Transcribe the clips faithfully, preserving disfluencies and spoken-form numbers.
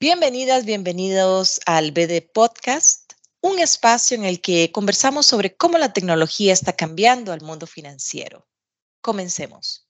Bienvenidas, bienvenidos al B D Podcast, un espacio en el que conversamos sobre cómo la tecnología está cambiando al mundo financiero. Comencemos.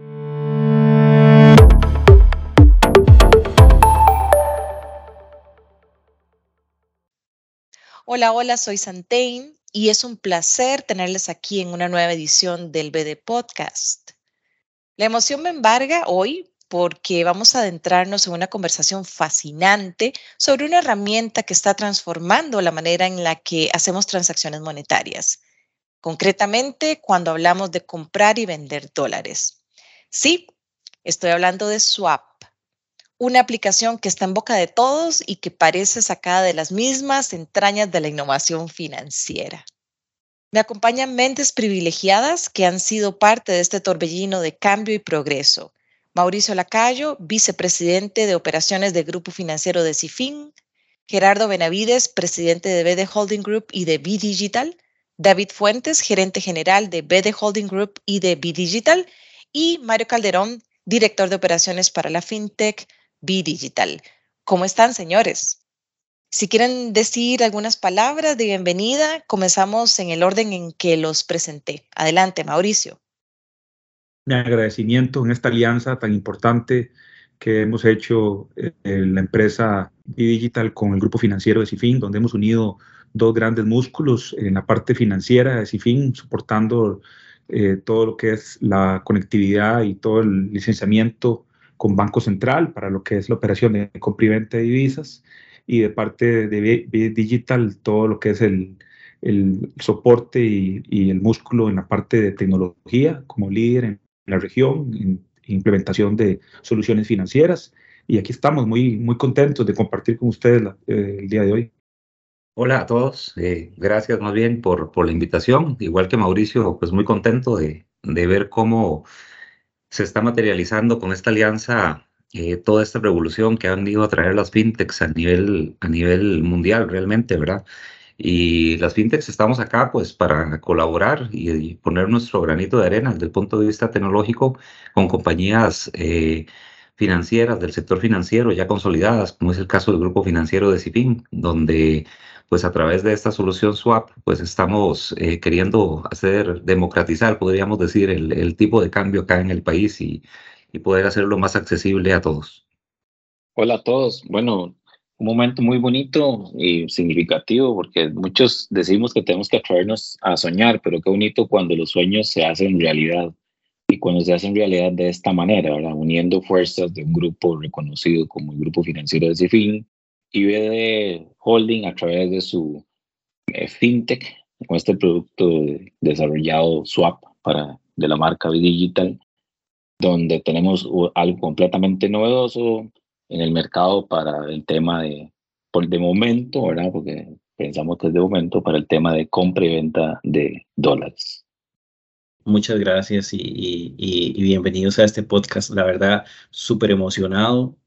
Hola, hola, soy Santain y es un placer tenerles aquí en una nueva edición del B D Podcast. La emoción me embarga hoy porque vamos a adentrarnos en una conversación fascinante sobre una herramienta que está transformando la manera en la que hacemos transacciones monetarias. Concretamente, cuando hablamos de comprar y vender dólares. Sí, estoy hablando de Swap, una aplicación que está en boca de todos y que parece sacada de las mismas entrañas de la innovación financiera. Me acompañan mentes privilegiadas que han sido parte de este torbellino de cambio y progreso. Mauricio Lacayo, vicepresidente de operaciones del Grupo Financiero de Cifin. Gerardo Benavides, presidente de B D Holding Group y de B Digital. David Fuentes, gerente general de B D Holding Group y de B Digital. Y Mario Calderón, director de operaciones para la FinTech B Digital. ¿Cómo están, señores? Si quieren decir algunas palabras de bienvenida, comenzamos en el orden en que los presenté. Adelante, Mauricio. Un agradecimiento en esta alianza tan importante que hemos hecho en la empresa B Digital con el Grupo Financiero de Cifin, donde hemos unido dos grandes músculos en la parte financiera de Cifin, soportando eh, todo lo que es la conectividad y todo el licenciamiento con Banco Central para lo que es la operación de compra y venta de divisas, y de parte de B Digital todo lo que es el, el soporte y, y el músculo en la parte de tecnología como líder en la región, en implementación de soluciones financieras. Y aquí estamos muy, muy contentos de compartir con ustedes la, eh, el día de hoy. Hola a todos, eh, gracias más bien por, por la invitación. Igual que Mauricio, pues muy contento de, de ver cómo se está materializando con esta alianza eh, toda esta revolución que han ido a traer las fintechs a nivel, a nivel mundial realmente, ¿verdad? Y las fintechs estamos acá pues para colaborar y, y poner nuestro granito de arena desde el punto de vista tecnológico con compañías eh, financieras del sector financiero ya consolidadas, como es el caso del Grupo Financiero de Cifin, donde pues a través de esta solución Swap pues estamos eh, queriendo hacer, democratizar, podríamos decir, el, el tipo de cambio acá en el país y, y poder hacerlo más accesible a todos. Hola a todos. Bueno, un momento muy bonito y significativo porque muchos decimos que tenemos que atrevernos a soñar, pero qué bonito cuando los sueños se hacen realidad y cuando se hacen realidad de esta manera, ¿verdad? Uniendo fuerzas de un grupo reconocido como el Grupo Financiero de Cifin y B D Holding a través de su eh, FinTech, con este producto de- desarrollado Swap para, de la marca B Digital, donde tenemos u- algo completamente novedoso en el mercado para el tema de, por de momento, ¿verdad? Porque pensamos que es de momento para el tema de compra y venta de dólares. Muchas gracias y, y- y- y bienvenidos a este podcast. La verdad, súper emocionado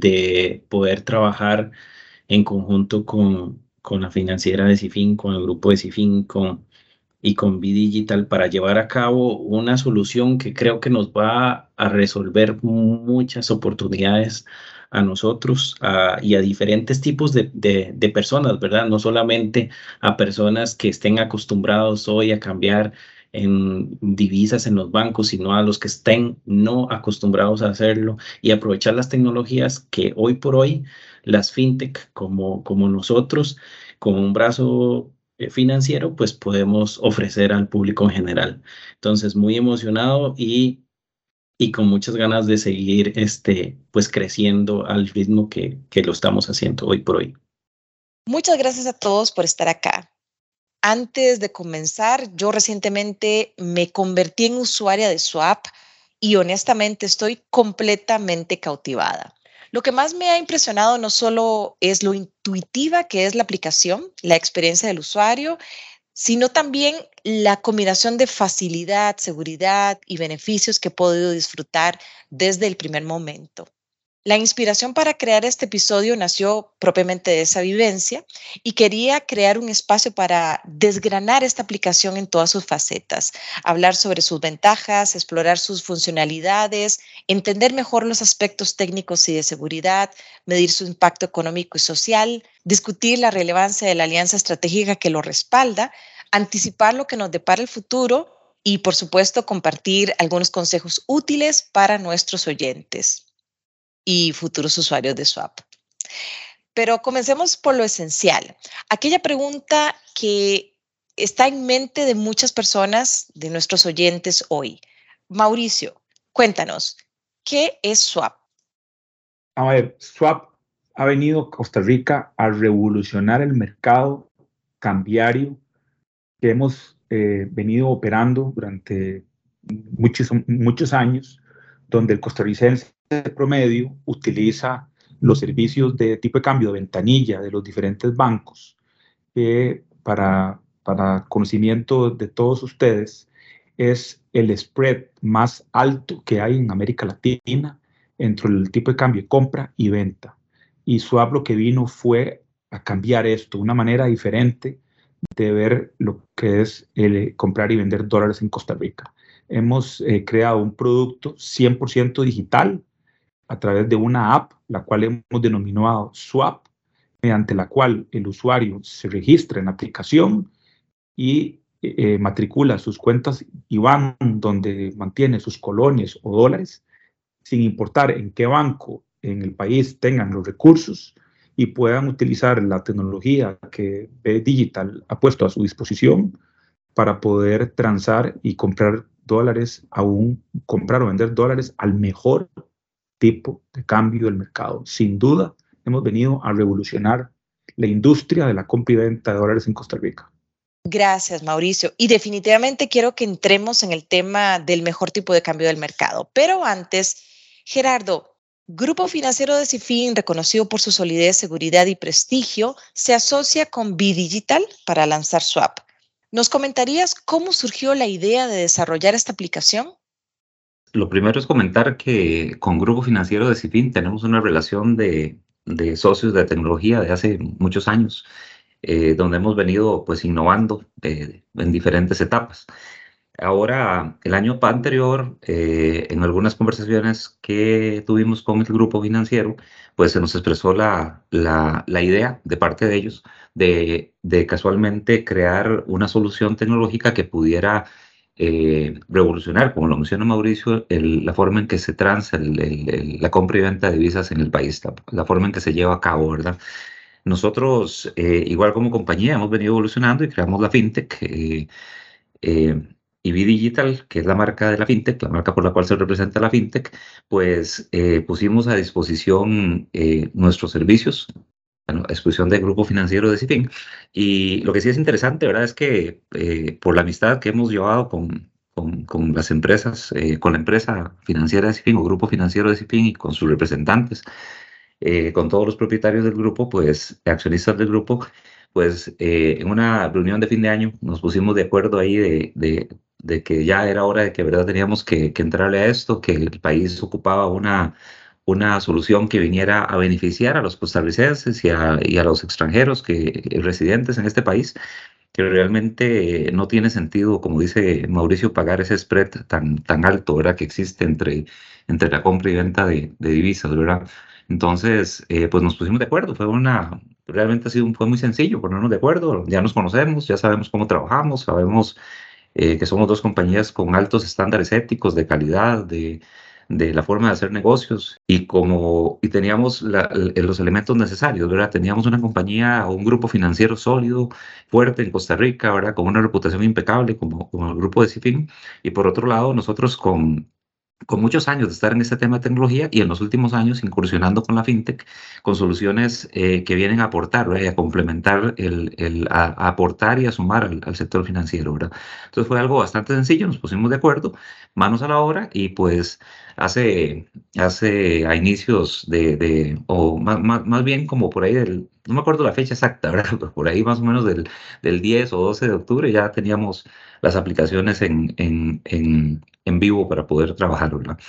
de poder trabajar en conjunto con, con la financiera de Cifin, con el grupo de Cifin con, y con B Digital para llevar a cabo una solución que creo que nos va a resolver muchas oportunidades a nosotros a- y a diferentes tipos de, de de personas, ¿verdad? No solamente a personas que estén acostumbrados hoy a cambiar en divisas en los bancos, sino a los que estén no acostumbrados a hacerlo y aprovechar las tecnologías que hoy por hoy las fintech como, como nosotros, con un brazo eh, financiero, pues podemos ofrecer al público en general. Entonces, muy emocionado y, y con muchas ganas de seguir este, pues creciendo al ritmo que, que lo estamos haciendo hoy por hoy. Muchas gracias a todos por estar acá. Antes de comenzar, yo recientemente me convertí en usuaria de Swap y honestamente estoy completamente cautivada. Lo que más me ha impresionado no solo es lo intuitiva que es la aplicación, la experiencia del usuario, sino también la combinación de facilidad, seguridad y beneficios que he podido disfrutar desde el primer momento. La inspiración para crear este episodio nació propiamente de esa vivencia y quería crear un espacio para desgranar esta aplicación en todas sus facetas, hablar sobre sus ventajas, explorar sus funcionalidades, entender mejor los aspectos técnicos y de seguridad, medir su impacto económico y social, discutir la relevancia de la alianza estratégica que lo respalda, anticipar lo que nos depara el futuro y, por supuesto, compartir algunos consejos útiles para nuestros oyentes y futuros usuarios de Swap. Pero comencemos por lo esencial. Aquella pregunta que está en mente de muchas personas, de nuestros oyentes hoy. Mauricio, cuéntanos, ¿qué es Swap? A ver, Swap ha venido a Costa Rica a revolucionar el mercado cambiario que hemos eh, venido operando durante muchos, muchos años, donde el costarricense promedio utiliza los servicios de tipo de cambio de ventanilla de los diferentes bancos, que para, para conocimiento de todos ustedes es el spread más alto que hay en América Latina entre el tipo de cambio de compra y venta. Y Swap lo que vino fue a cambiar esto, una manera diferente de ver lo que es el comprar y vender dólares en Costa Rica. Hemos eh, creado un producto cien por ciento digital a través de una app, la cual hemos denominado Swap, mediante la cual el usuario se registra en la aplicación y eh, matricula sus cuentas I B A N donde mantiene sus colones o dólares, sin importar en qué banco en el país tengan los recursos y puedan utilizar la tecnología que B Digital ha puesto a su disposición para poder transar y comprar dólares, aún comprar o vender dólares al mejor tipo de cambio del mercado. Sin duda, hemos venido a revolucionar la industria de la compra y venta de dólares en Costa Rica. Gracias, Mauricio. Y definitivamente quiero que entremos en el tema del mejor tipo de cambio del mercado. Pero antes, Gerardo, Grupo Financiero de Cifin, reconocido por su solidez, seguridad y prestigio, se asocia con B Digital para lanzar Swap. ¿Nos comentarías cómo surgió la idea de desarrollar esta aplicación? Lo primero es comentar que con Grupo Financiero de Cifin tenemos una relación de, de socios de tecnología de hace muchos años, eh, donde hemos venido pues innovando eh, en diferentes etapas. Ahora, el año anterior, eh, en algunas conversaciones que tuvimos con el grupo financiero, pues se nos expresó la, la, la idea de parte de ellos de, de casualmente crear una solución tecnológica que pudiera eh, revolucionar, como lo menciona Mauricio, el, la forma en que se transa el, el, el, la compra y venta de divisas en el país, la, la forma en que se lleva a cabo, ¿verdad? Nosotros, eh, igual como compañía, hemos venido evolucionando y creamos la FinTech. Eh, eh, y B Digital, que es la marca de la FinTech, la marca por la cual se representa la FinTech, pues eh, pusimos a disposición eh, nuestros servicios, bueno, a disposición del Grupo Financiero de Cifin. Y lo que sí es interesante, ¿verdad?, es que eh, por la amistad que hemos llevado con, con, con las empresas, eh, con la empresa financiera de Cifin o Grupo Financiero de Cifin y con sus representantes, eh, con todos los propietarios del grupo, pues accionistas del grupo, pues eh, en una reunión de fin de año nos pusimos de acuerdo ahí de, de, de que ya era hora de que, verdad, teníamos que, que entrarle a esto, que el país ocupaba una, una solución que viniera a beneficiar a los costarricenses y a, y a los extranjeros que, residentes en este país, que realmente no tiene sentido, como dice Mauricio, pagar ese spread tan, tan alto, ¿verdad?, que existe entre, entre la compra y venta de, de divisas, ¿verdad? Entonces, eh, pues nos pusimos de acuerdo. Fue una, realmente ha sido, fue muy sencillo ponernos de acuerdo. Ya nos conocemos, ya sabemos cómo trabajamos, sabemos eh, que somos dos compañías con altos estándares éticos de calidad, de, de la forma de hacer negocios y como y teníamos la, los elementos necesarios, ¿verdad? Teníamos una compañía o un grupo financiero sólido, fuerte en Costa Rica, ¿verdad?, con una reputación impecable como, como el grupo de Cifin. Y por otro lado, nosotros con con muchos años de estar en este tema de tecnología y en los últimos años incursionando con la FinTech, con soluciones eh, que vienen a aportar, ¿verdad?, y a complementar, el, el, a, a aportar y a sumar al, al sector financiero, ¿verdad? Entonces fue algo bastante sencillo, nos pusimos de acuerdo, manos a la obra, y pues hace, hace a inicios de, de o más, más, más bien como por ahí del, no me acuerdo la fecha exacta, ¿verdad?, pero por ahí más o menos del, del diez o doce de octubre ya teníamos las aplicaciones en, en, en, en vivo para poder trabajar, ¿verdad?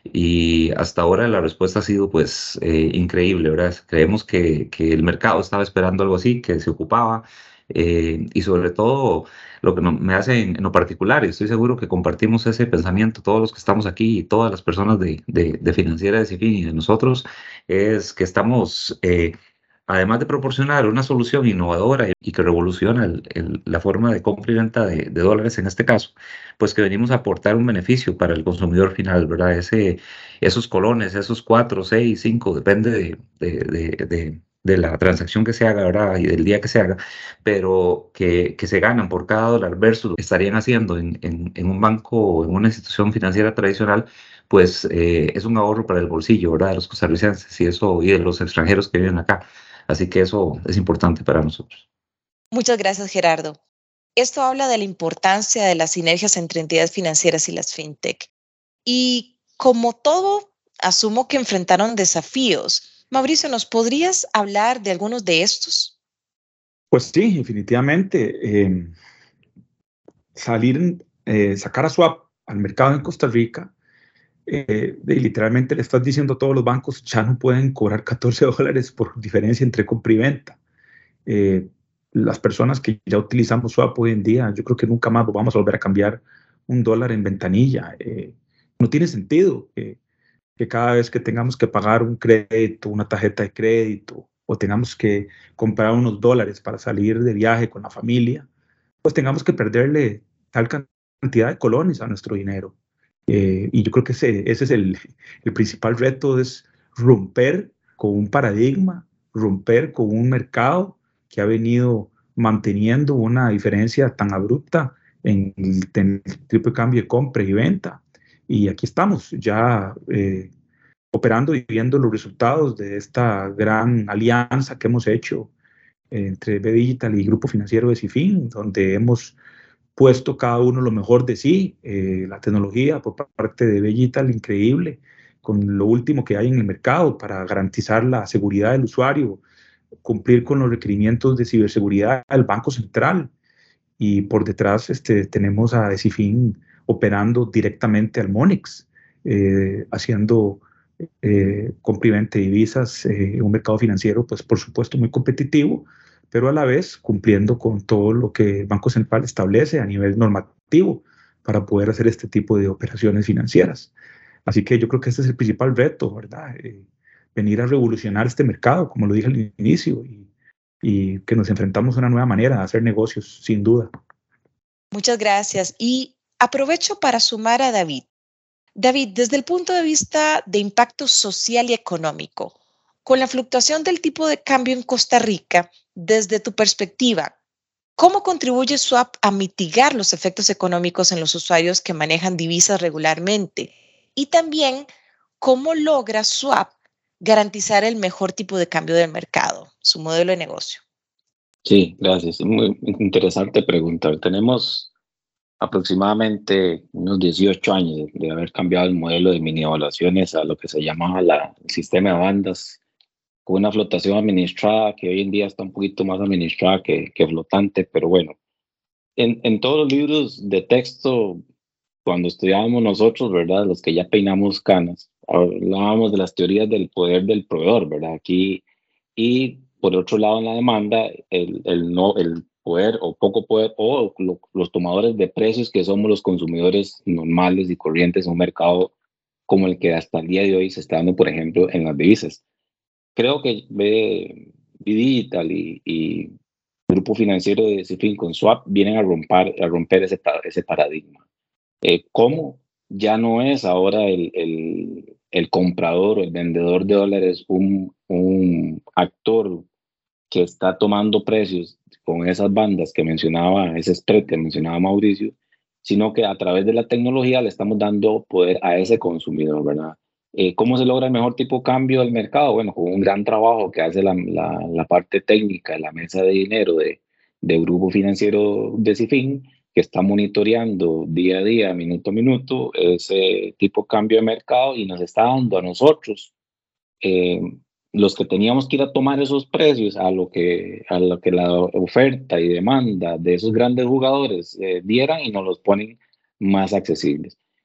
Y hasta ahora la respuesta ha sido pues eh, increíble, ¿verdad? Creemos que, que el mercado estaba esperando algo así, que se ocupaba, eh, y sobre todo lo que no- me hace en, en lo particular, y estoy seguro que compartimos ese pensamiento todos los que estamos aquí y todas las personas de, de, de Financiera de Cifin y de nosotros, es que estamos, eh, además de proporcionar una solución innovadora y que revoluciona el- el- la forma de compra y venta de, de dólares en este caso, pues que venimos a aportar un beneficio para el consumidor final, ¿verdad? Ese, esos colones, esos cuatro, seis, cinco, depende de, de, de, de- de la transacción que se haga, ¿verdad? Y del día que se haga, pero que, que se ganan por cada dólar versus lo que estarían haciendo en, en, en un banco o en una institución financiera tradicional, pues eh, es un ahorro para el bolsillo, ¿verdad? De los costarricenses y eso, y de los extranjeros que viven acá. Así que eso es importante para nosotros. Muchas gracias, Gerardo. Esto habla de la importancia de las sinergias entre entidades financieras y las fintech. Y como todo, asumo que enfrentaron desafíos. Mauricio, ¿nos podrías hablar de algunos de estos? Pues sí, definitivamente. Eh, salir, eh, sacar a Swap al mercado en Costa Rica, eh, y literalmente le estás diciendo a todos los bancos, ya no pueden cobrar catorce dólares por diferencia entre compra y venta. Eh, las personas que ya utilizamos Swap hoy en día, yo creo que nunca más vamos a volver a cambiar un dólar en ventanilla. Eh, no tiene sentido que, que cada vez que tengamos que pagar un crédito, una tarjeta de crédito, o tengamos que comprar unos dólares para salir de viaje con la familia, pues tengamos que perderle tal cantidad de colones a nuestro dinero. Eh, y yo creo que ese, ese es el, el principal reto, es romper con un paradigma, romper con un mercado que ha venido manteniendo una diferencia tan abrupta en el, en el tipo de cambio de compra y venta. Y aquí estamos ya eh, operando y viendo los resultados de esta gran alianza que hemos hecho eh, entre B Digital y Grupo Financiero de Cifin, donde hemos puesto cada uno lo mejor de sí, eh, la tecnología por parte de B Digital increíble, con lo último que hay en el mercado para garantizar la seguridad del usuario, cumplir con los requerimientos de ciberseguridad del Banco Central, y por detrás este, tenemos a Cifin operando directamente al Monex, eh, haciendo eh, compra y venta de divisas, eh, un mercado financiero, pues por supuesto muy competitivo, pero a la vez cumpliendo con todo lo que el Banco Central establece a nivel normativo para poder hacer este tipo de operaciones financieras. Así que yo creo que este es el principal reto, ¿verdad? Eh, venir a revolucionar este mercado, como lo dije al inicio, y, y que nos enfrentamos a una nueva manera de hacer negocios, sin duda. Muchas gracias. Y aprovecho para sumar a David. David, desde el punto de vista de impacto social y económico, con la fluctuación del tipo de cambio en Costa Rica, desde tu perspectiva, ¿cómo contribuye Swap a mitigar los efectos económicos en los usuarios que manejan divisas regularmente? Y también, ¿cómo logra Swap garantizar el mejor tipo de cambio del mercado, su modelo de negocio? Sí, gracias. Muy interesante pregunta. Tenemos aproximadamente unos dieciocho años de haber cambiado el modelo de mini evaluaciones a lo que se llamaba la, el sistema de bandas, con una flotación administrada que hoy en día está un poquito más administrada que, que flotante, pero bueno, en, en todos los libros de texto, cuando estudiábamos nosotros, ¿verdad? Los que ya peinamos canas, hablábamos de las teorías del poder del proveedor, ¿verdad? Aquí, y por otro lado, en la demanda, el, el, no, el poder o poco poder, o lo, los tomadores de precios que somos los consumidores normales y corrientes en un mercado como el que hasta el día de hoy se está dando, por ejemplo, en las divisas. Creo que B Digital y, y Grupo Financiero de Cifin con Swap vienen a romper, a romper ese, ese paradigma. Eh, ¿Cómo? Ya no es ahora el, el, el comprador o el vendedor de dólares un, un actor que está tomando precios con esas bandas que mencionaba, ese spread que mencionaba Mauricio, sino que a través de la tecnología le estamos dando poder a ese consumidor, ¿verdad? Eh, ¿Cómo se logra el mejor tipo de cambio del mercado? Bueno, con un gran trabajo que hace la, la, la parte técnica, la mesa de dinero de, de Grupo Financiero de Cifin, que está monitoreando día a día, minuto a minuto, ese tipo de cambio de mercado y nos está dando a nosotros, eh, los que teníamos que ir a tomar esos precios a lo que, a lo que la oferta y demanda de esos grandes jugadores eh, dieran y nos los ponen más accesibles.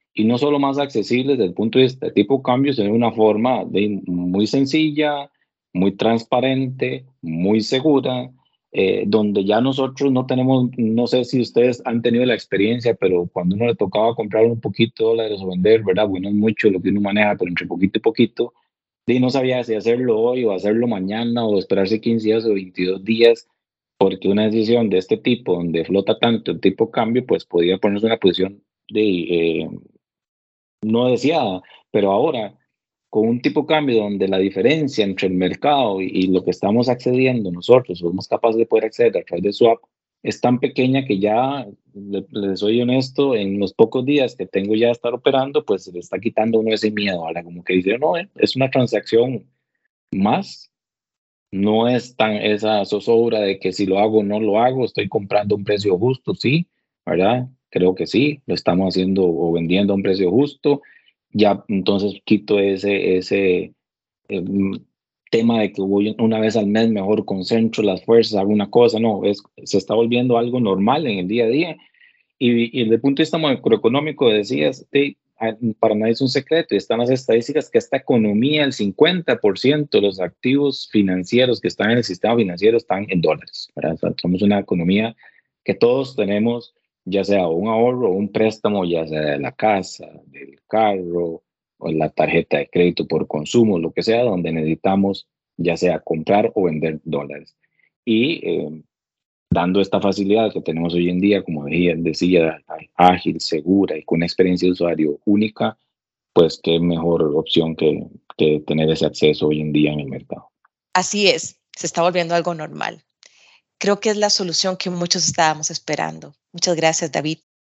y no solo más accesibles desde el punto de vista de tipo de cambio, sino de una forma de, muy sencilla, muy transparente, muy segura, eh, donde ya nosotros no tenemos, no sé si ustedes han tenido la experiencia, pero cuando uno le tocaba comprar un poquito de dólares o vender, ¿verdad? Bueno, es mucho lo que uno maneja, pero entre poquito y poquito, y no sabía si hacerlo hoy o hacerlo mañana o esperarse quince días o veintidós días, porque una decisión de este tipo, donde flota tanto el tipo de cambio, pues podía ponerse en una posición de, eh, no deseada, pero ahora con un tipo de cambio donde la diferencia entre el mercado y, y lo que estamos accediendo nosotros, somos capaces de poder acceder a través de swap, es tan pequeña que ya, le, les soy honesto, en los pocos días que tengo ya de estar operando, pues se le está quitando uno ese miedo, ahora como que dice, no, eh, es una transacción más, no es tan esa zozobra de que si lo hago o no lo hago, estoy comprando a un precio justo, sí, ¿verdad? Creo que sí, lo estamos haciendo o vendiendo a un precio justo, ya entonces quito ese, ese eh, tema de que voy una vez al mes, mejor concentro las fuerzas, hago una cosa, no, es, se está volviendo algo normal en el día a día. Y, y desde el punto de vista macroeconómico, decías, sí, para nadie es un secreto, y están las estadísticas que esta economía, el cincuenta por ciento de los activos financieros que están en el sistema financiero están en dólares, ¿verdad? O sea, somos una economía que todos tenemos, ya sea un ahorro o un préstamo, ya sea de la casa, del carro o la tarjeta de crédito por consumo, lo que sea, donde necesitamos ya sea comprar o vender dólares. Y eh, dando esta facilidad que tenemos hoy en día, como decía, ágil, segura y con una experiencia de usuario única, pues qué mejor opción que, que tener ese acceso hoy en día en el mercado. Así es, se está volviendo algo normal. Creo que es la solución que muchos estábamos esperando. Muchas gracias, David.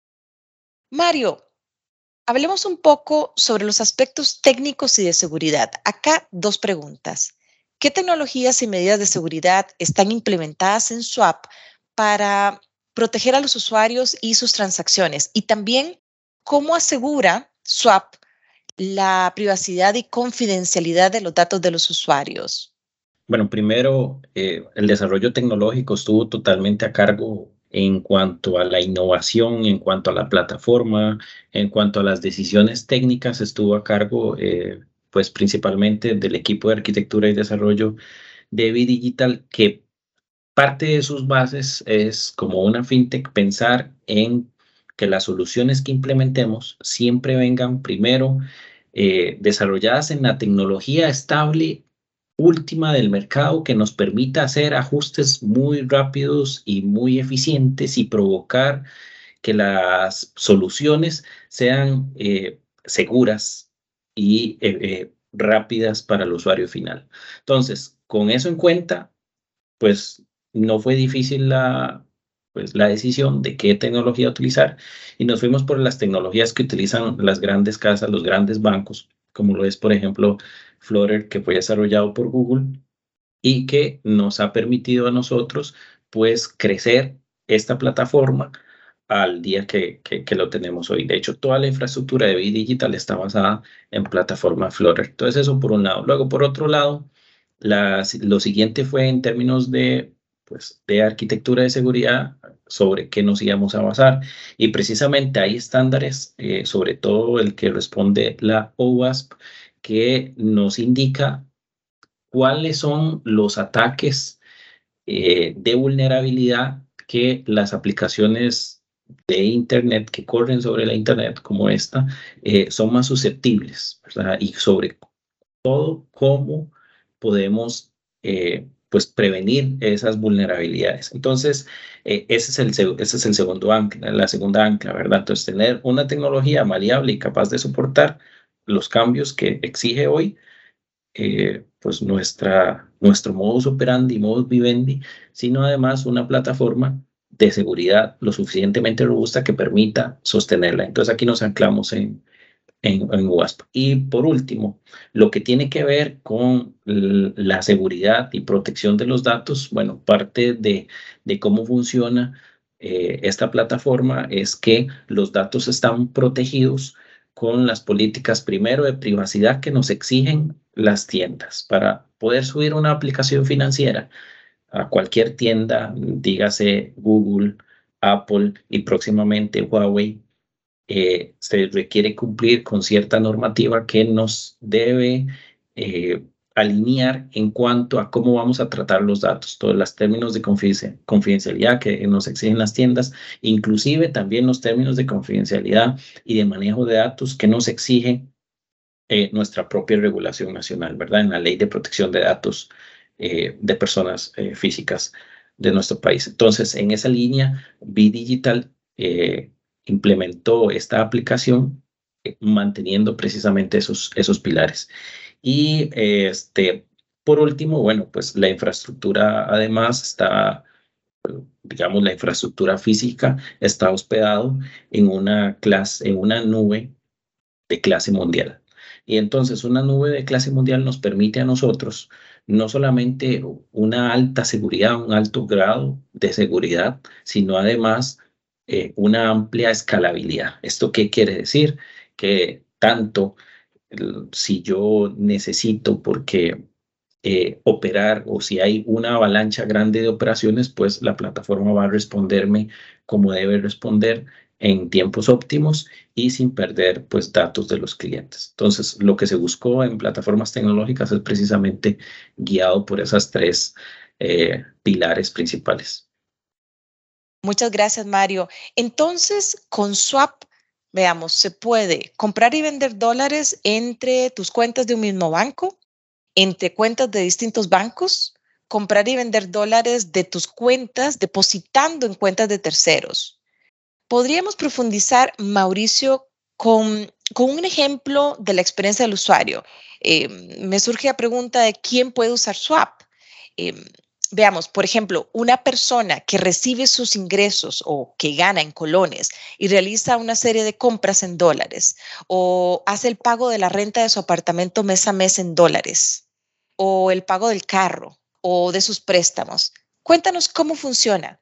Mario, hablemos un poco sobre los aspectos técnicos y de seguridad. Acá dos preguntas. ¿Qué tecnologías y medidas de seguridad están implementadas en Swap para proteger a los usuarios y sus transacciones? Y también, ¿cómo asegura Swap la privacidad y confidencialidad de los datos de los usuarios? Bueno, primero, eh, el desarrollo tecnológico estuvo totalmente a cargo en cuanto a la innovación, en cuanto a la plataforma, en cuanto a las decisiones técnicas, estuvo a cargo eh, pues principalmente del equipo de arquitectura y desarrollo de B-Digital, que parte de sus bases es como una fintech pensar en que las soluciones que implementemos siempre vengan primero eh, desarrolladas en la tecnología estable última del mercado que nos permita hacer ajustes muy rápidos y muy eficientes y provocar que las soluciones sean eh, seguras y eh, eh, rápidas para el usuario final. Entonces, con eso en cuenta, pues no fue difícil la, pues, la decisión de qué tecnología utilizar y nos fuimos por las tecnologías que utilizan las grandes casas, los grandes bancos, como lo es, por ejemplo, Flutter, que fue desarrollado por Google y que nos ha permitido a nosotros, pues, crecer esta plataforma al día que, que, que lo tenemos hoy. De hecho, toda la infraestructura de B-Digital está basada en plataforma Flutter. Entonces, eso por un lado. Luego, por otro lado, la, lo siguiente fue en términos de, pues, de arquitectura de seguridad sobre qué nos íbamos a basar. Y precisamente hay estándares, eh, sobre todo el que responde la OWASP, que nos indica cuáles son los ataques eh, de vulnerabilidad que las aplicaciones de Internet que corren sobre la Internet como esta eh, son más susceptibles, ¿verdad? Y sobre todo cómo podemos eh, pues prevenir esas vulnerabilidades. Entonces, eh, ese, es el, ese es el segundo ancla, la segunda ancla, ¿verdad? Entonces, tener una tecnología maleable y capaz de soportar los cambios que exige hoy, eh, pues nuestra, nuestro modus operandi, modus vivendi, sino además una plataforma de seguridad lo suficientemente robusta que permita sostenerla. Entonces, aquí nos anclamos en, en, en WASP. Y por último, lo que tiene que ver con la seguridad y protección de los datos, bueno, parte de, de cómo funciona eh, esta plataforma es que los datos están protegidos con las políticas primero de privacidad que nos exigen las tiendas. Para poder subir una aplicación financiera a cualquier tienda, dígase Google, Apple y próximamente Huawei, eh, se requiere cumplir con cierta normativa que nos debe eh, alinear en cuanto a cómo vamos a tratar los datos, todos los términos de confidencialidad que nos exigen las tiendas, inclusive también los términos de confidencialidad y de manejo de datos que nos exige eh, nuestra propia regulación nacional, ¿verdad? En la Ley de Protección de Datos eh, de Personas eh, Físicas de nuestro país. Entonces, en esa línea, B-Digital eh, implementó esta aplicación eh, manteniendo precisamente esos, esos pilares. Y este, por último, bueno, pues la infraestructura además está, digamos, la infraestructura física está hospedado en una clase, en una nube de clase mundial. Y entonces una nube de clase mundial nos permite a nosotros no solamente una alta seguridad, un alto grado de seguridad, sino además eh, una amplia escalabilidad. ¿Esto qué quiere decir? Que tanto si yo necesito, porque eh, operar o si hay una avalancha grande de operaciones, pues la plataforma va a responderme como debe responder en tiempos óptimos y sin perder pues datos de los clientes. Entonces, lo que se buscó en plataformas tecnológicas es precisamente guiado por esas tres eh, pilares principales. Muchas gracias, Mario. Entonces, con Swap, veamos, se puede comprar y vender dólares entre tus cuentas de un mismo banco, entre cuentas de distintos bancos, comprar y vender dólares de tus cuentas, depositando en cuentas de terceros. Podríamos profundizar, Mauricio, con, con un ejemplo de la experiencia del usuario. Eh, me surge la pregunta de quién puede usar Swap. Eh, Veamos, por ejemplo, una persona que recibe sus ingresos o que gana en colones y realiza una serie de compras en dólares o hace el pago de la renta de su apartamento mes a mes en dólares o el pago del carro o de sus préstamos. Cuéntanos cómo funciona.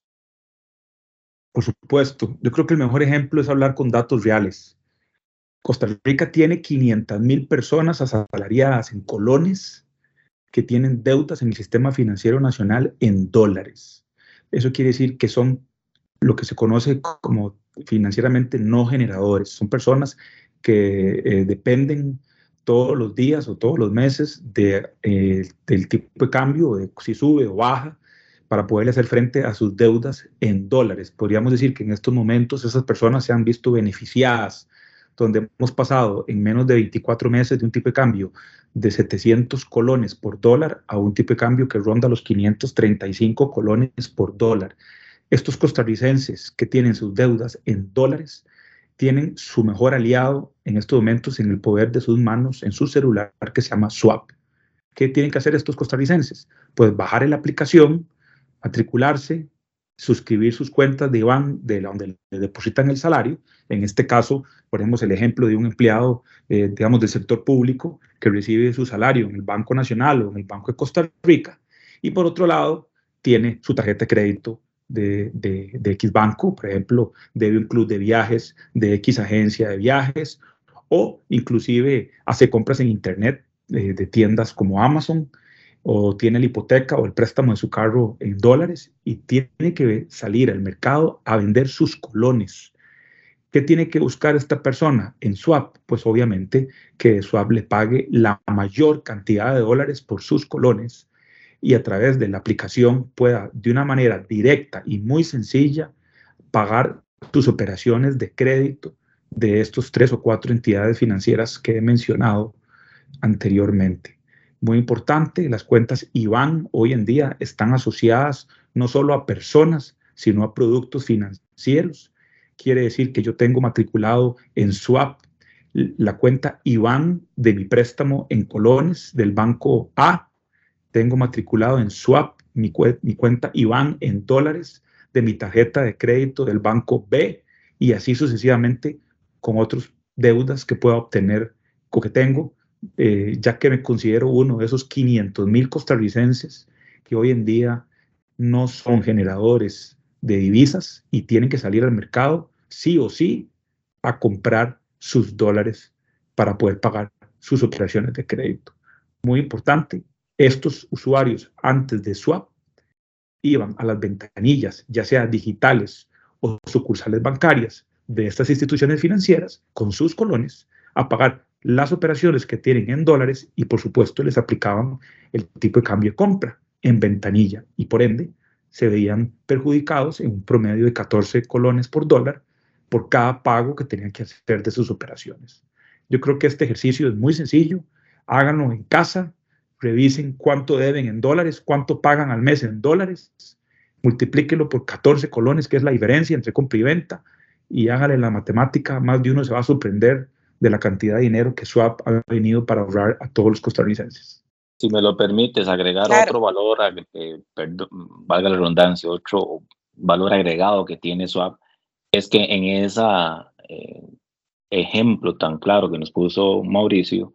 Por supuesto, yo creo que el mejor ejemplo es hablar con datos reales. Costa Rica tiene quinientas mil personas asalariadas en colones que tienen deudas en el sistema financiero nacional en dólares. Eso quiere decir que son lo que se conoce como financieramente no generadores. Son personas que eh, dependen todos los días o todos los meses de, eh, del tipo de cambio, de si sube o baja, para poder hacer frente a sus deudas en dólares. Podríamos decir que en estos momentos esas personas se han visto beneficiadas, donde hemos pasado en menos de veinticuatro meses de un tipo de cambio de setecientos colones por dólar a un tipo de cambio que ronda los quinientos treinta y cinco colones por dólar. Estos costarricenses que tienen sus deudas en dólares tienen su mejor aliado en estos momentos en el poder de sus manos, en su celular, que se llama Swap. ¿Qué tienen que hacer estos costarricenses? Pues bajar la aplicación, matricularse, suscribir sus cuentas de Iván, de la donde le depositan el salario. En este caso, ponemos el ejemplo de un empleado, eh, digamos, del sector público que recibe su salario en el Banco Nacional o en el Banco de Costa Rica. Y por otro lado, tiene su tarjeta de crédito de, de, de X banco, por ejemplo, debe un club de viajes de X agencia de viajes, o inclusive hace compras en Internet eh, de tiendas como Amazon, o tiene la hipoteca o el préstamo de su carro en dólares y tiene que salir al mercado a vender sus colones. ¿Qué tiene que buscar esta persona en Swap? Pues obviamente que Swap le pague la mayor cantidad de dólares por sus colones y a través de la aplicación pueda de una manera directa y muy sencilla pagar tus operaciones de crédito de estos tres o cuatro entidades financieras que he mencionado anteriormente. Muy importante, las cuentas Iván hoy en día están asociadas no solo a personas, sino a productos financieros. Quiere decir que yo tengo matriculado en Swap la cuenta Iván de mi préstamo en colones del banco A. Tengo matriculado en Swap mi, cu mi cuenta Iván en dólares de mi tarjeta de crédito del banco B y así sucesivamente con otras deudas que pueda obtener o que tengo. Eh, ya que me considero uno de esos quinientos mil costarricenses que hoy en día no son generadores de divisas y tienen que salir al mercado sí o sí a comprar sus dólares para poder pagar sus operaciones de crédito. Muy importante, estos usuarios antes de Swap iban a las ventanillas, ya sea digitales o sucursales bancarias, de estas instituciones financieras con sus colones a pagar las operaciones que tienen en dólares y, por supuesto, les aplicaban el tipo de cambio de compra en ventanilla y, por ende, se veían perjudicados en un promedio de catorce colones por dólar por cada pago que tenían que hacer de sus operaciones. Yo creo que este ejercicio es muy sencillo. Háganlo en casa, revisen cuánto deben en dólares, cuánto pagan al mes en dólares, multiplíquelo por catorce colones, que es la diferencia entre compra y venta, y hágale la matemática. Más de uno se va a sorprender de la cantidad de dinero que Swap ha venido para ahorrar a todos los costarricenses. Si me lo permites, agregar claro. otro valor, eh, perdón, valga la redundancia, otro valor agregado que tiene Swap, es que en ese eh, ejemplo tan claro que nos puso Mauricio,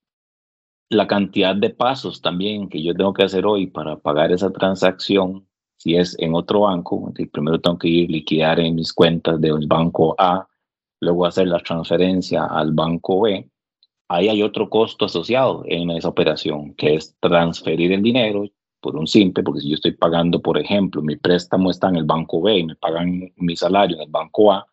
la cantidad de pasos también que yo tengo que hacer hoy para pagar esa transacción, si es en otro banco, primero tengo que ir liquidar en mis cuentas del banco A, luego hacer la transferencia al banco B, ahí hay otro costo asociado en esa operación, que es transferir el dinero por un simple, porque si yo estoy pagando, por ejemplo, mi préstamo está en el banco B y me pagan mi salario en el banco A,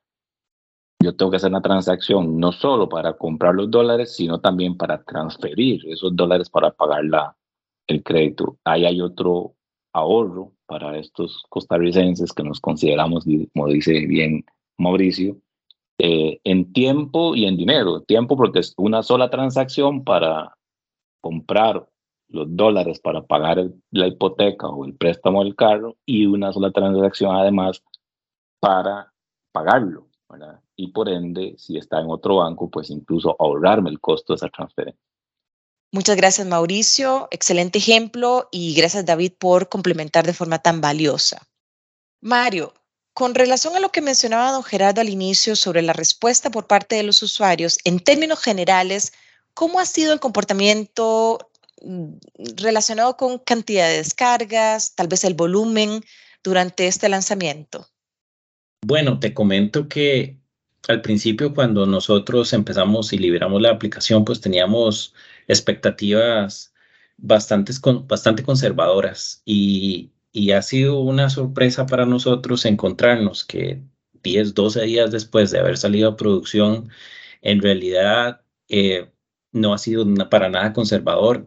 yo tengo que hacer una transacción no solo para comprar los dólares, sino también para transferir esos dólares para pagar la, el crédito. Ahí hay otro ahorro para estos costarricenses que nos consideramos, como dice bien Mauricio, eh, en tiempo y en dinero. Tiempo porque es una sola transacción para comprar los dólares para pagar el, la hipoteca o el préstamo del carro, y una sola transacción además para pagarlo, ¿verdad? Y por ende, si está en otro banco, pues incluso ahorrarme el costo de esa transferencia. Muchas gracias, Mauricio. Excelente ejemplo, y gracias, David, por complementar de forma tan valiosa. Mario, con relación a lo que mencionaba don Gerardo al inicio sobre la respuesta por parte de los usuarios, en términos generales, ¿cómo ha sido el comportamiento relacionado con cantidad de descargas, tal vez el volumen durante este lanzamiento? Bueno, te comento que al principio, cuando nosotros empezamos y liberamos la aplicación, pues teníamos expectativas bastante, bastante conservadoras, y, y ha sido una sorpresa para nosotros encontrarnos que diez, doce días después de haber salido a producción, en realidad eh, no ha sido para nada conservador,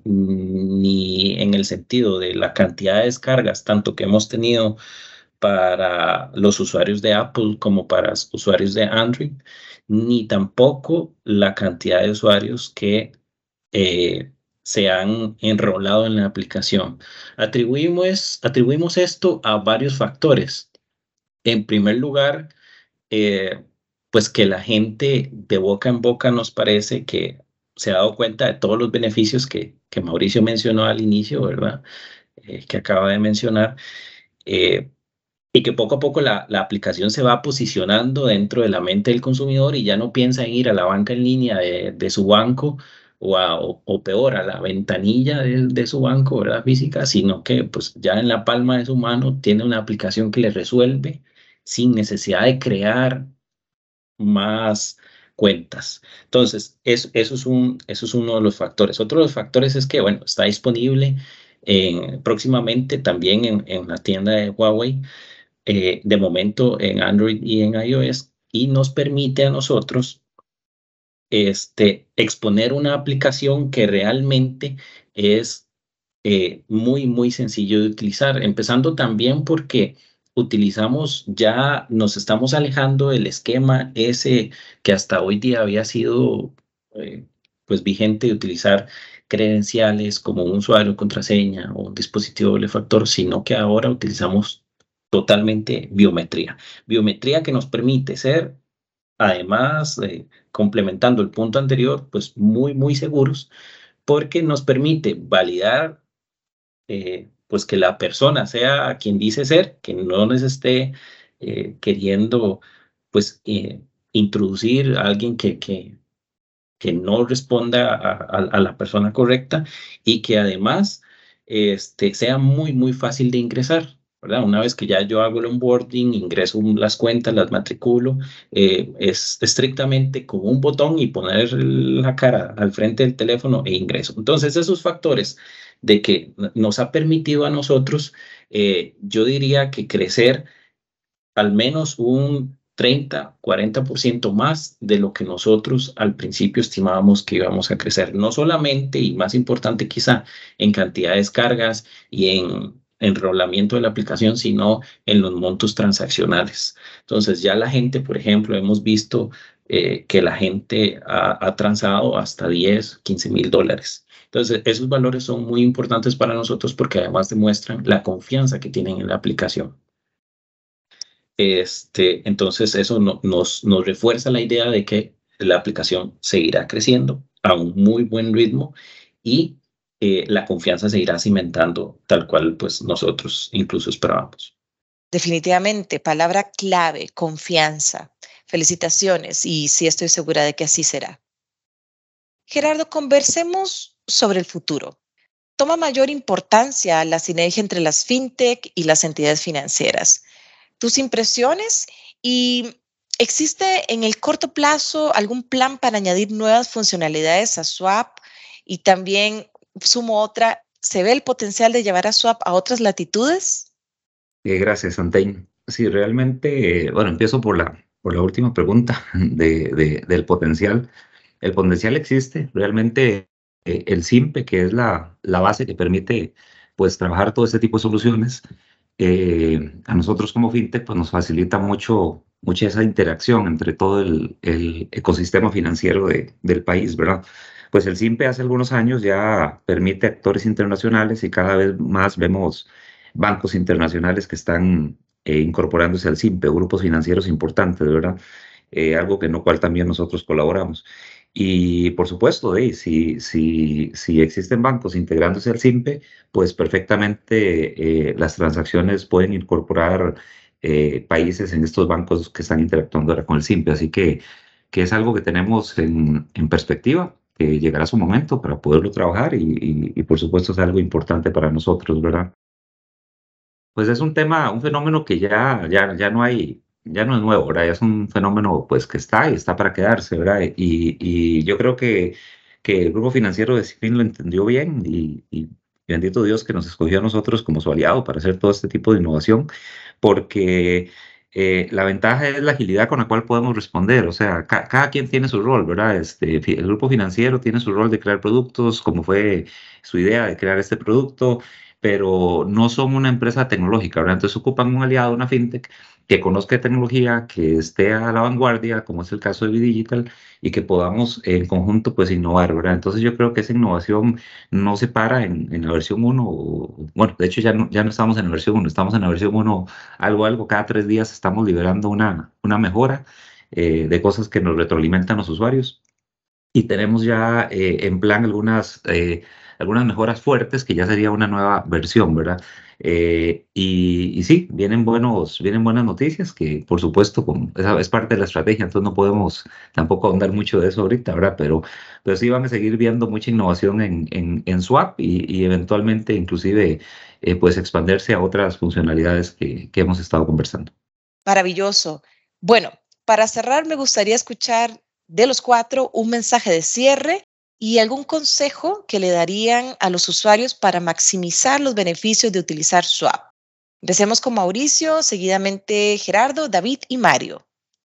ni en el sentido de la cantidad de descargas, tanto que hemos tenido para los usuarios de Apple como para los usuarios de Android, ni tampoco la cantidad de usuarios que eh, se han enrolado en la aplicación. Atribuimos, atribuimos esto a varios factores. En primer lugar, eh, pues que la gente de boca en boca nos parece que se ha dado cuenta de todos los beneficios que, que Mauricio mencionó al inicio, ¿verdad? Eh, que acaba de mencionar. Eh, Y que poco a poco la, la aplicación se va posicionando dentro de la mente del consumidor, y ya no piensa en ir a la banca en línea de, de su banco, o, a, o, o peor, a la ventanilla de, de su banco, ¿verdad? Física, sino que pues ya en la palma de su mano tiene una aplicación que le resuelve sin necesidad de crear más cuentas. Entonces, eso, eso, es un, eso es uno de los factores. Otro de los factores es que, bueno, está disponible en, próximamente también en, en la tienda de Huawei. Eh, de momento en Android y en iOS, y nos permite a nosotros este, exponer una aplicación que realmente es eh, muy, muy sencillo de utilizar, empezando también porque utilizamos, ya nos estamos alejando del esquema ese que hasta hoy día había sido eh, pues vigente, de utilizar credenciales como un usuario, contraseña o un dispositivo doble factor, sino que ahora utilizamos totalmente biometría. Biometría que nos permite ser, además, eh, complementando el punto anterior, pues muy, muy seguros, porque nos permite validar eh, pues que la persona sea quien dice ser, que no nos esté eh, queriendo pues eh, introducir a alguien que, que, que no responda a, a, a la persona correcta, y que además este, sea muy, muy fácil de ingresar, ¿verdad? Una vez que ya yo hago el onboarding, ingreso las cuentas, las matriculo, eh, es estrictamente con un botón y poner la cara al frente del teléfono e ingreso. Entonces, esos factores de que nos ha permitido a nosotros, eh, yo diría que crecer al menos un treinta, cuarenta por ciento más de lo que nosotros al principio estimábamos que íbamos a crecer. No solamente, y más importante quizá, en cantidad de descargas y en enrolamiento de la aplicación, sino en los montos transaccionales. Entonces ya la gente, por ejemplo, hemos visto eh, que la gente ha, ha transado hasta diez, quince mil dólares. Entonces esos valores son muy importantes para nosotros porque además demuestran la confianza que tienen en la aplicación. Este, entonces eso no, nos, nos refuerza la idea de que la aplicación seguirá creciendo a un muy buen ritmo y eh, la confianza seguirá cimentando tal cual pues nosotros incluso esperábamos. Definitivamente, palabra clave, confianza. Felicitaciones y sí estoy segura de que así será. Gerardo, conversemos sobre el futuro. Toma mayor importancia la sinergia entre las fintech y las entidades financieras. ¿Tus impresiones? ¿Y existe en el corto plazo algún plan para añadir nuevas funcionalidades a Swap? Y también, sumo otra, ¿se ve el potencial de llevar a Swap a otras latitudes? Eh, gracias, Santain. Sí, realmente, eh, bueno, empiezo por la, por la última pregunta de, de, del potencial. El potencial existe, realmente eh, el SIMPE, que es la, la base que permite pues trabajar todo este tipo de soluciones, eh, a nosotros como FinTech pues nos facilita mucho, mucha esa interacción entre todo el, el ecosistema financiero de, del país, ¿verdad? Pues el SIMPE hace algunos años ya permite actores internacionales y cada vez más vemos bancos internacionales que están eh, incorporándose al SIMPE, grupos financieros importantes, ¿verdad? Eh, algo que en lo cual también nosotros colaboramos. Y por supuesto, eh, si, si, si existen bancos integrándose al SIMPE, pues perfectamente eh, las transacciones pueden incorporar eh, países en estos bancos que están interactuando ahora con el SIMPE. Así que, que es algo que tenemos en, en perspectiva, que llegará su momento para poderlo trabajar y, y, y por supuesto es algo importante para nosotros, ¿verdad? Pues es un tema, un fenómeno que ya, ya, ya no hay, ya no es nuevo, ¿verdad? Ya es un fenómeno pues que está y está para quedarse, ¿verdad? Y, y yo creo que, que el grupo financiero de Cifin lo entendió bien y, y bendito Dios que nos escogió a nosotros como su aliado para hacer todo este tipo de innovación, porque eh, la ventaja es la agilidad con la cual podemos responder, o sea, ca- cada quien tiene su rol, ¿verdad? Este, fi- el grupo financiero tiene su rol de crear productos, como fue su idea de crear este producto, pero no son una empresa tecnológica, ¿verdad? Entonces ocupan un aliado, una fintech, que conozca de tecnología, que esté a la vanguardia, como es el caso de Bidigital, y que podamos en conjunto, pues, innovar, ¿verdad? Entonces yo creo que esa innovación no se para en, en la versión uno, o, bueno, de hecho ya no, ya no estamos en la versión uno, estamos en la versión uno, algo, algo, cada tres días estamos liberando una, una mejora eh, de cosas que nos retroalimentan los usuarios. Y tenemos ya eh, en plan algunas, eh, algunas mejoras fuertes que ya sería una nueva versión, ¿verdad? Eh, y, y sí, vienen, buenos, vienen buenas noticias que por supuesto como, esa es parte de la estrategia, entonces no podemos tampoco ahondar mucho de eso ahorita, ¿verdad? Pero, pero sí van a seguir viendo mucha innovación en, en, en Swap y, y eventualmente inclusive eh, pues expandirse a otras funcionalidades que, que hemos estado conversando. Maravilloso. Bueno, para cerrar me gustaría escuchar de los cuatro un mensaje de cierre y algún consejo que le darían a los usuarios para maximizar los beneficios de utilizar Swap. Empecemos con Mauricio, seguidamente Gerardo, David y Mario.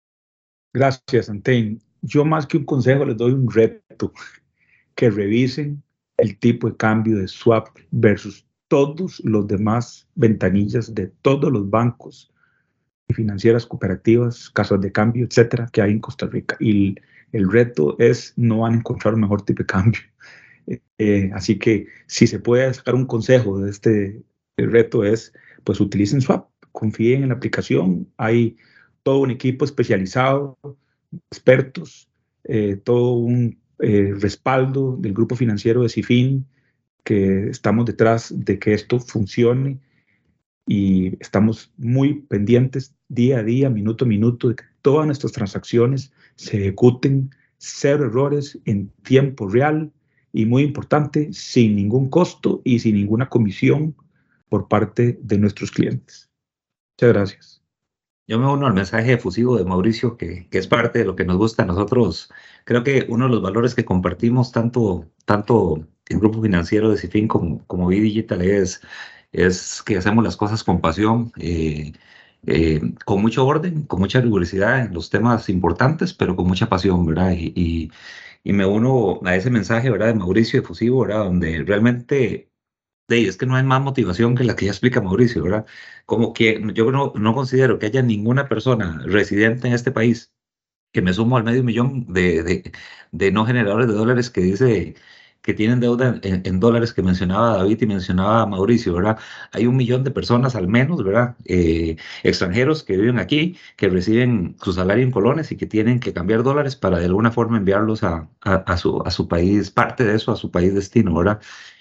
Gracias, Santain. Yo más que un consejo les doy un reto, que revisen el tipo de cambio de Swap versus todos los demás ventanillas de todos los bancos y financieras cooperativas, casas de cambio, etcétera, que hay en Costa Rica. Y el, el reto es no van a encontrar un mejor tipo de cambio. Eh, así que si se puede sacar un consejo de este el reto es, pues utilicen Swap, confíen en la aplicación, hay todo un equipo especializado, expertos, eh, todo un eh, respaldo del grupo financiero de Cifin, que estamos detrás de que esto funcione y estamos muy pendientes día a día, minuto a minuto, de que todas nuestras transacciones se ejecuten, cero errores en tiempo real y muy importante, sin ningún costo y sin ninguna comisión por parte de nuestros clientes. Muchas gracias. Yo me uno al mensaje efusivo de Mauricio, que, que es parte de lo que nos gusta a nosotros. Creo que uno de los valores que compartimos tanto, tanto el grupo financiero de Cifin como, como Bidigital es, es que hacemos las cosas con pasión. Eh, eh, con mucho orden, con mucha rigurosidad en los temas importantes, pero con mucha pasión, ¿verdad? Y, y, y me uno a ese mensaje, ¿verdad? De Mauricio Efusivo, ¿verdad? Donde realmente de, es que no hay más motivación que la que ya explica Mauricio, ¿verdad? Como que yo no, no considero que haya ninguna persona residente en este país, que me sumo al medio millón de, de, de no generadores de dólares que dice que tienen deuda en, en dólares que mencionaba David y mencionaba Mauricio, ¿verdad? Hay un millón de personas al menos, ¿verdad? Eh, extranjeros que viven aquí, que reciben su salario en colones y que tienen que cambiar dólares para de alguna forma enviarlos a, a, a su, a su país, parte de eso, a su país destino, ¿verdad?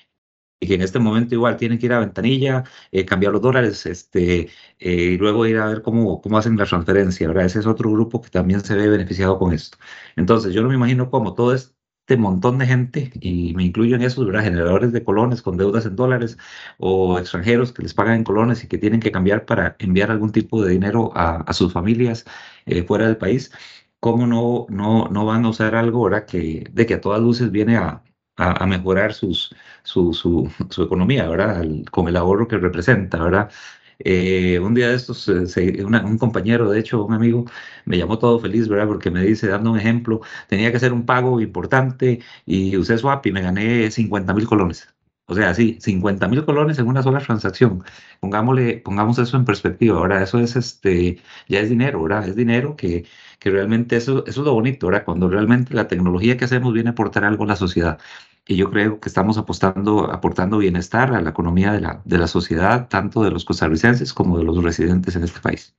Y que en este momento igual tienen que ir a ventanilla, eh, cambiar los dólares, este, eh, y luego ir a ver cómo, cómo hacen la transferencia, ¿verdad? Ese es otro grupo que también se ve beneficiado con esto. Entonces, yo no me imagino cómo todo este montón de gente, y me incluyo en esos, ¿verdad? Generadores de colones con deudas en dólares o extranjeros que les pagan en colones y que tienen que cambiar para enviar algún tipo de dinero a, a sus familias eh, fuera del país. ¿Cómo no, no, no van a usar algo, ¿verdad? Que, de que a todas luces viene a, a, a mejorar sus su, su, su economía, ¿verdad? Al- con el ahorro que representa, ¿verdad? Eh, un día de estos, eh, se- una- un compañero, de hecho, un amigo, me llamó todo feliz, ¿verdad? Porque me dice, dando un ejemplo, tenía que hacer un pago importante y usé Swap y me gané cincuenta mil colones. O sea, sí, cincuenta mil colones en una sola transacción. Pongámosle, pongamos eso en perspectiva, ¿verdad? Eso es, este, ya es dinero, ¿verdad? Es dinero que, que realmente eso, eso es lo bonito, ¿verdad? Cuando realmente la tecnología que hacemos viene a aportar algo a la sociedad. Y yo creo que estamos apostando, aportando bienestar a la economía de la, de la sociedad, tanto de los costarricenses como de los residentes en este país.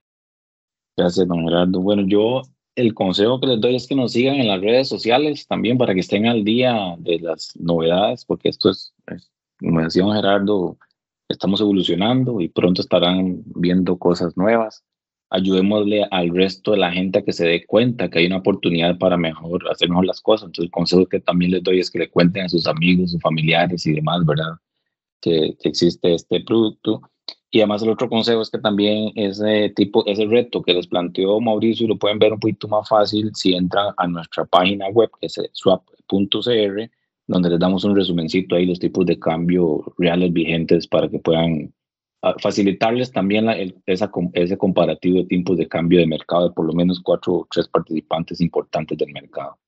Gracias, don Gerardo. Bueno, yo el consejo que les doy es que nos sigan en las redes sociales también para que estén al día de las novedades, porque esto es, es, como decía don Gerardo, estamos evolucionando y pronto estarán viendo cosas nuevas. Ayudémosle al resto de la gente a que se dé cuenta que hay una oportunidad para mejor, hacer mejor las cosas. Entonces, el consejo que también les doy es que le cuenten a sus amigos, sus familiares y demás, ¿verdad? Que, que existe este producto. Y además el otro consejo es que también ese tipo, ese reto que les planteó Mauricio, lo pueden ver un poquito más fácil si entran a nuestra página web, que es swap punto c r, donde les damos un resumencito ahí, los tipos de cambio reales vigentes para que puedan ah, facilitarles también la, el, esa, ese comparativo de tipos de cambio de mercado de por lo menos cuatro o tres participantes importantes del mercado.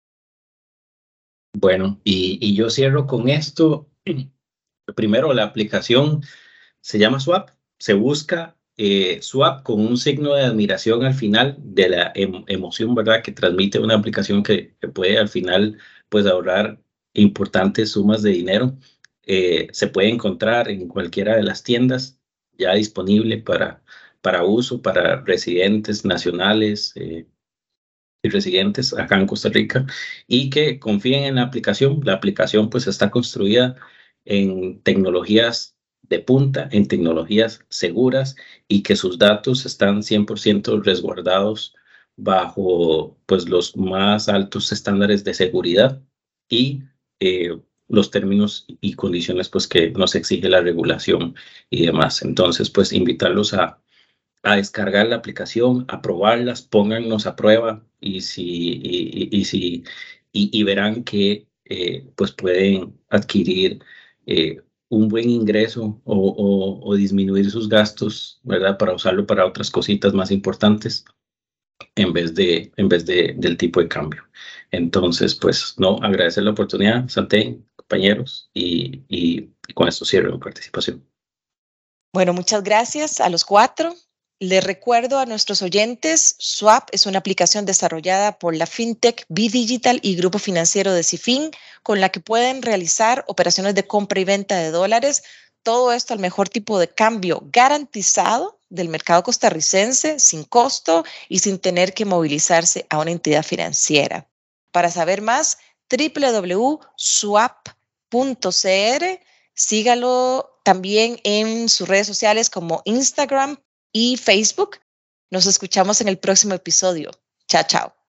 Bueno, y, y yo cierro con esto. Primero, la aplicación se llama Swap, se busca eh, Swap con un signo de admiración al final de la em emoción, ¿verdad? Que transmite una aplicación que, que puede al final pues ahorrar importantes sumas de dinero. Eh, se puede encontrar en cualquiera de las tiendas ya disponible para, para uso, para residentes nacionales eh, y residentes acá en Costa Rica y que confíen en la aplicación. La aplicación pues está construida en tecnologías de punta, en tecnologías seguras y que sus datos están cien por ciento resguardados bajo pues los más altos estándares de seguridad y eh, los términos y condiciones pues que nos exige la regulación y demás. Entonces pues invitarlos a a descargar la aplicación, a probarlas, póngannos a prueba y si y, y, y si y, y, verán que eh, pues pueden adquirir eh, un buen ingreso o, o, o disminuir sus gastos, ¿verdad? Para usarlo para otras cositas más importantes en vez de en vez de del tipo de cambio. Entonces, pues no, agradecer la oportunidad, Santé, compañeros, y, y, y con esto cierro mi participación. Bueno, muchas gracias a los cuatro. Les recuerdo a nuestros oyentes, Swap es una aplicación desarrollada por la FinTech B-Digital y Grupo Financiero de Cifin, con la que pueden realizar operaciones de compra y venta de dólares. Todo esto al mejor tipo de cambio garantizado del mercado costarricense, sin costo y sin tener que movilizarse a una entidad financiera. Para saber más, doble u doble u doble u punto swap punto c r. Sígalo también en sus redes sociales como Instagram y Facebook. Nos escuchamos en el próximo episodio. Chao, chao.